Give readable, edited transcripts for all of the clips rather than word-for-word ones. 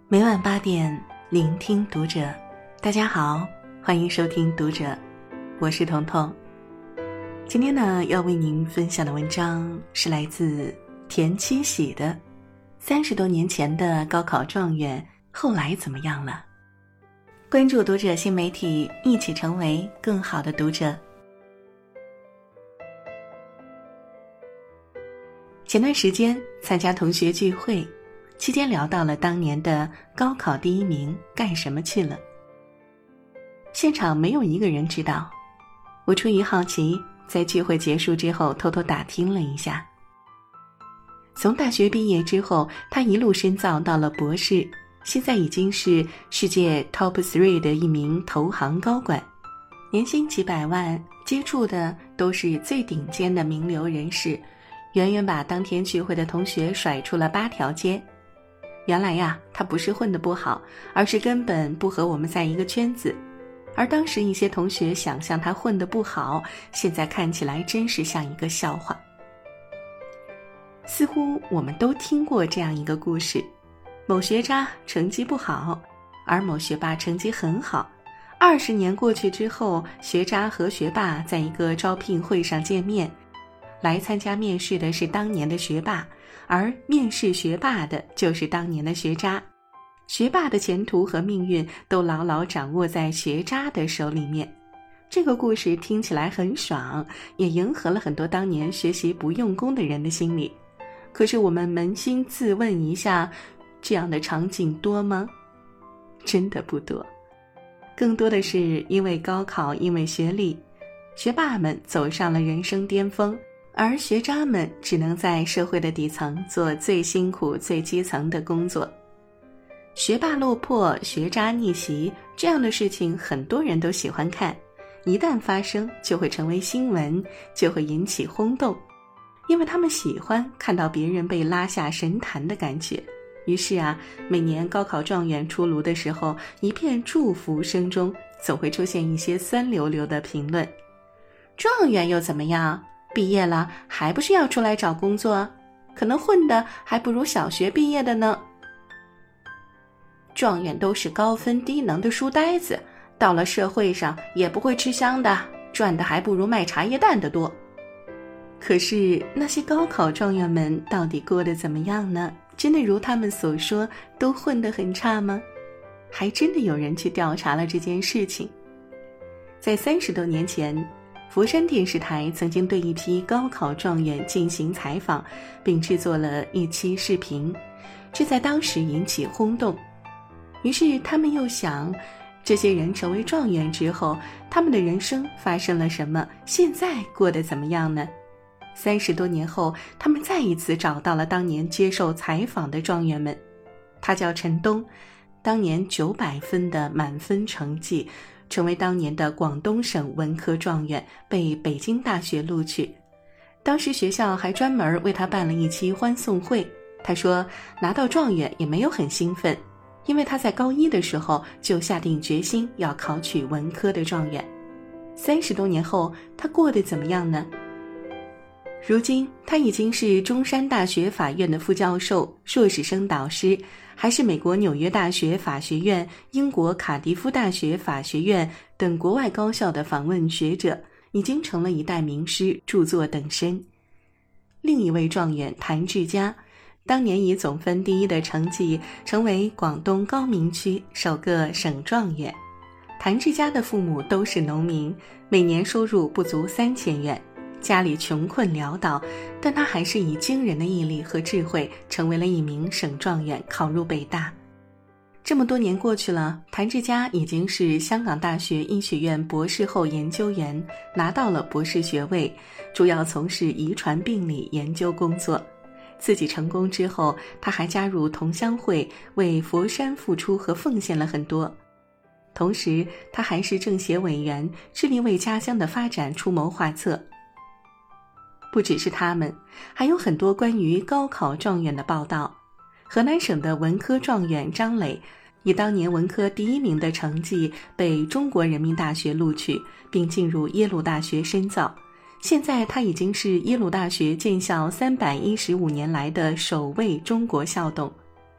每晚8点，聆听读者。大家好，欢迎收听读者，我是彤彤。今天呢，要为您分享的文章是来自田七喜的30多年前的高考状元后来怎么样了。关注读者新媒体，一起成为更好的读者。前段时间参加同学聚会，期间聊到了当年的高考第1名干什么去了。现场没有一个人知道，我出于好奇，在聚会结束之后偷偷打听了一下。从大学毕业之后，他一路深造到了博士，现在已经是世界 Top 3的一名投行高管，年薪几百万，接触的都是最顶尖的名流人士，远远把当天聚会的同学甩出了8条街。原来呀，他不是混得不好，而是根本不和我们在一个圈子。而当时一些同学想象他混得不好，现在看起来真是像一个笑话。似乎我们都听过这样一个故事，某学渣成绩不好，而某学霸成绩很好。20年过去之后，学渣和学霸在一个招聘会上见面，来参加面试的是当年的学霸，而面试学霸的就是当年的学渣。学霸的前途和命运都牢牢掌握在学渣的手里面。这个故事听起来很爽，也迎合了很多当年学习不用功的人的心理。可是我们扪心自问一下，这样的场景多吗？真的不多。更多的是因为高考，因为学历，学霸们走上了人生巅峰，而学渣们只能在社会的底层做最辛苦最基层的工作。学霸落魄，学渣逆袭，这样的事情很多人都喜欢看，一旦发生就会成为新闻，就会引起轰动，因为他们喜欢看到别人被拉下神坛的感觉。于是啊，每年高考状元出炉的时候，一片祝福声中总会出现一些酸溜溜的评论。状元又怎么样？毕业了还不是要出来找工作？可能混的还不如小学毕业的呢。状元都是高分低能的书呆子，到了社会上也不会吃香的，赚的还不如卖茶叶蛋的多。可是那些高考状元们到底过得怎么样呢？真的如他们所说，都混得很差吗？还真的有人去调查了这件事情。在30多年前，佛山电视台曾经对一批高考状元进行采访，并制作了一期视频，这在当时引起轰动。于是他们又想，这些人成为状元之后，他们的人生发生了什么？现在过得怎么样呢？30多年后，他们再一次找到了当年接受采访的状元们。他叫陈东，当年900分的满分成绩，成为当年的广东省文科状元，被北京大学录取。当时学校还专门为他办了一期欢送会。他说拿到状元也没有很兴奋，因为他在高1的时候就下定决心要考取文科的状元。30多年后，他过得怎么样呢？如今他已经是中山大学法院的副教授、硕士生导师，还是美国纽约大学法学院、英国卡迪夫大学法学院等国外高校的访问学者，已经成了一代名师，著作等身。另一位状元谭志佳，当年以总分第1的成绩成为广东高明区首个省状元。谭志佳的父母都是农民，每年收入不足3000元，家里穷困潦倒，但他还是以惊人的毅力和智慧成为了一名省状元，考入北大。这么多年过去了，谭志佳已经是香港大学医学院博士后研究员，拿到了博士学位，主要从事遗传病理研究工作。自己成功之后，他还加入同乡会，为佛山付出和奉献了很多。同时他还是政协委员，致力为家乡的发展出谋划策。不只是他们，还有很多关于高考状元的报道。河南省的文科状元张磊，以当年文科第1名的成绩被中国人民大学录取，并进入耶鲁大学深造。现在他已经是耶鲁大学建校315年来的首位中国校董。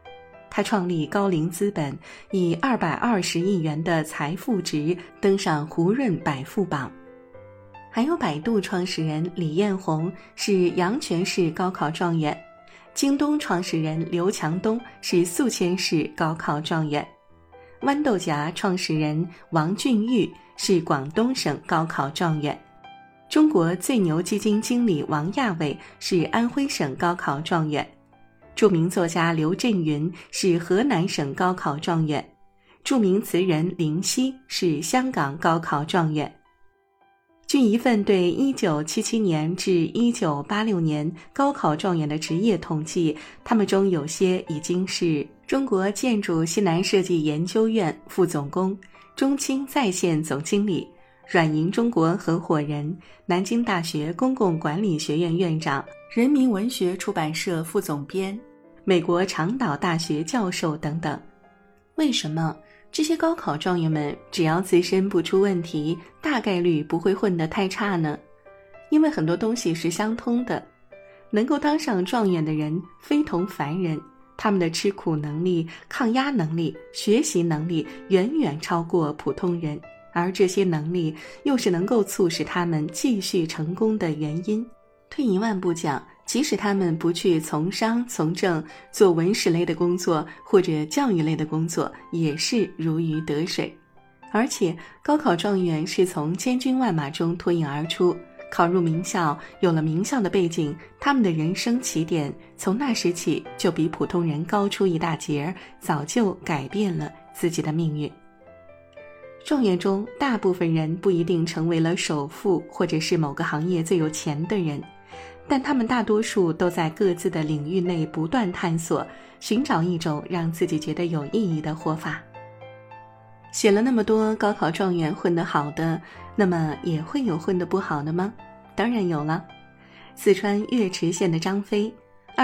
他创立高瓴资本，以220亿元的财富值登上胡润百富榜。还有百度创始人李彦宏是阳泉市高考状元，京东创始人刘强东是宿迁市高考状元，豌豆荚创始人王俊玉是广东省高考状元，中国最牛基金经理王亚伟是安徽省高考状元，著名作家刘震云是河南省高考状元，著名词人林夕是香港高考状元。据一份对1977年至1986年高考状元的职业统计，他们中有些已经是中国建筑西南设计研究院副总工、中青在线总经理、软银中国合伙人、南京大学公共管理学院院长、人民文学出版社副总编、美国长岛大学教授等等。为什么这些高考状元们只要自身不出问题，大概率不会混得太差呢？因为很多东西是相通的。能够当上状元的人非同凡人，他们的吃苦能力、抗压能力、学习能力远远超过普通人，而这些能力又是能够促使他们继续成功的原因。退一万步讲，即使他们不去从商从政，做文史类的工作或者教育类的工作，也是如鱼得水。而且高考状元是从千军万马中脱颖而出，考入名校，有了名校的背景，他们的人生起点从那时起就比普通人高出一大截，早就改变了自己的命运。状元中大部分人不一定成为了首富或者是某个行业最有钱的人，但他们大多数都在各自的领域内不断探索，寻找一种让自己觉得有意义的活法。写了那么多高考状元混得好的，那么也会有混得不好的吗？当然有了。四川岳池县的张飞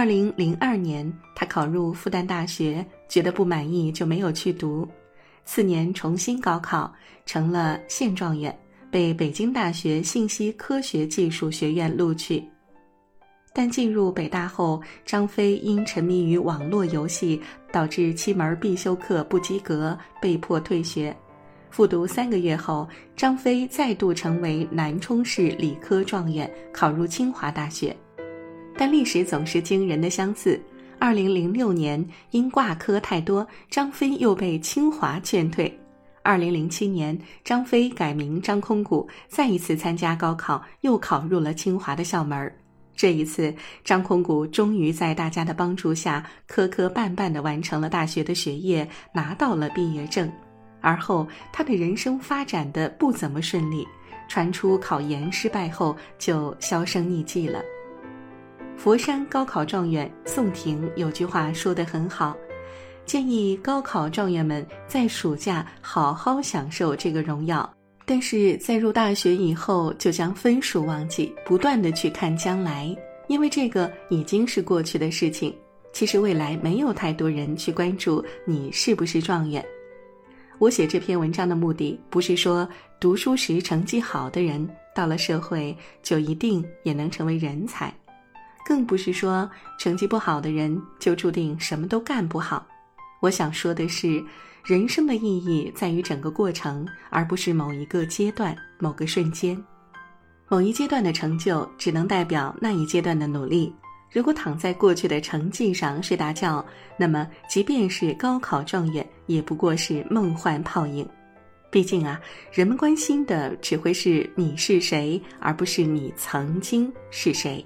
，2002年他考入复旦大学，觉得不满意就没有去读，4年重新高考，成了县状元，被北京大学信息科学技术学院录取。但进入北大后，张飞因沉迷于网络游戏，导致7门必修课不及格，被迫退学。复读3个月后，张飞再度成为南充市理科状元，考入清华大学。但历史总是惊人的相似，2006年因挂科太多，张飞又被清华劝退。2007年，张飞改名张空谷，再一次参加高考，又考入了清华的校门。这一次，张空谷终于在大家的帮助下，磕磕绊绊地完成了大学的学业，拿到了毕业证。而后，他的人生发展得不怎么顺利，传出考研失败后就销声匿迹了。佛山高考状元宋婷有句话说得很好，建议高考状元们在暑假好好享受这个荣耀，但是在入大学以后就将分数忘记，不断地去看将来，因为这个已经是过去的事情。其实未来没有太多人去关注你是不是状元。我写这篇文章的目的，不是说读书时成绩好的人到了社会就一定也能成为人才，更不是说成绩不好的人就注定什么都干不好。我想说的是，人生的意义在于整个过程，而不是某一个阶段、某个瞬间。某一阶段的成就只能代表那一阶段的努力。如果躺在过去的成绩上睡大觉，那么即便是高考状元，也不过是梦幻泡影。毕竟啊，人们关心的只会是你是谁，而不是你曾经是谁。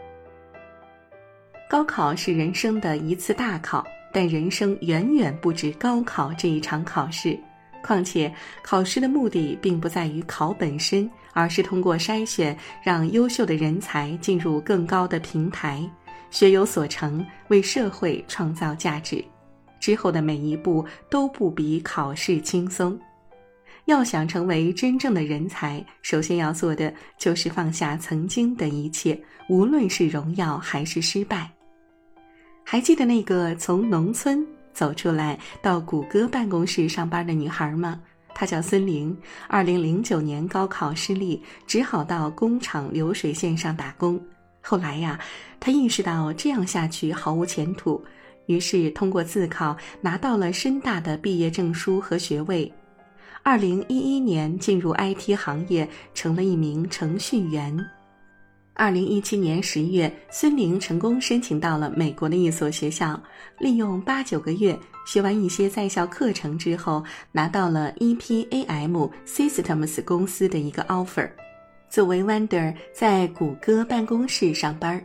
高考是人生的一次大考，但人生远远不止高考这一场考试。况且考试的目的并不在于考本身，而是通过筛选，让优秀的人才进入更高的平台，学有所成，为社会创造价值。之后的每一步都不比考试轻松。要想成为真正的人才，首先要做的就是放下曾经的一切，无论是荣耀还是失败。还记得那个从农村走出来到谷歌办公室上班的女孩吗？她叫孙玲，2009年高考失利，只好到工厂流水线上打工。后来呀，她意识到这样下去毫无前途， 于是通过自考拿到了深大的毕业证书和学位。2011年进入 IT 行业，成了一名程序员。2017年10月，孙玲成功申请到了美国的一所学校，利用8-9个月学完一些在校课程之后，拿到了 EPAM Systems 公司的一个 offer， 作为 vendor 在谷歌办公室上班。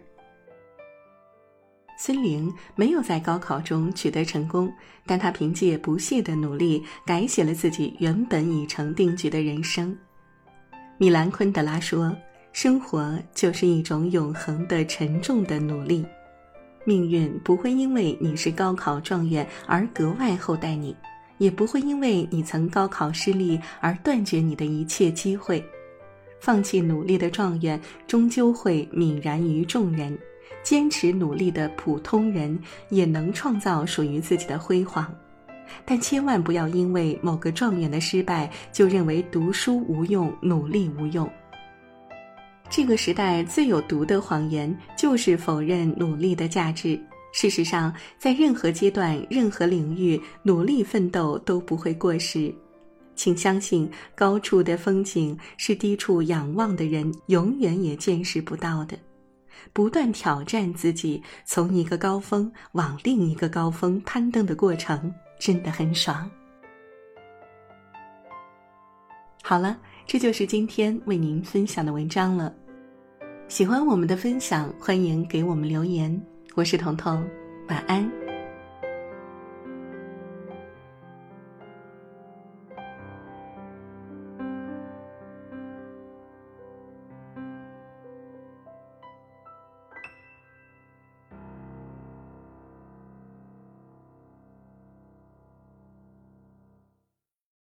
孙玲没有在高考中取得成功，但她凭借不懈的努力，改写了自己原本已成定局的人生。米兰昆德拉说，生活就是一种永恒的沉重的努力，命运不会因为你是高考状元而格外厚待你，也不会因为你曾高考失利而断绝你的一切机会。放弃努力的状元终究会泯然于众人，坚持努力的普通人也能创造属于自己的辉煌。但千万不要因为某个状元的失败就认为读书无用，努力无用。这个时代最有毒的谎言就是否认努力的价值。事实上，在任何阶段、任何领域，努力奋斗都不会过时。请相信，高处的风景是低处仰望的人永远也见识不到的。不断挑战自己，从一个高峰往另一个高峰攀登的过程真的很爽。好了，这就是今天为您分享的文章了。喜欢我们的分享，欢迎给我们留言。我是彤彤，晚安。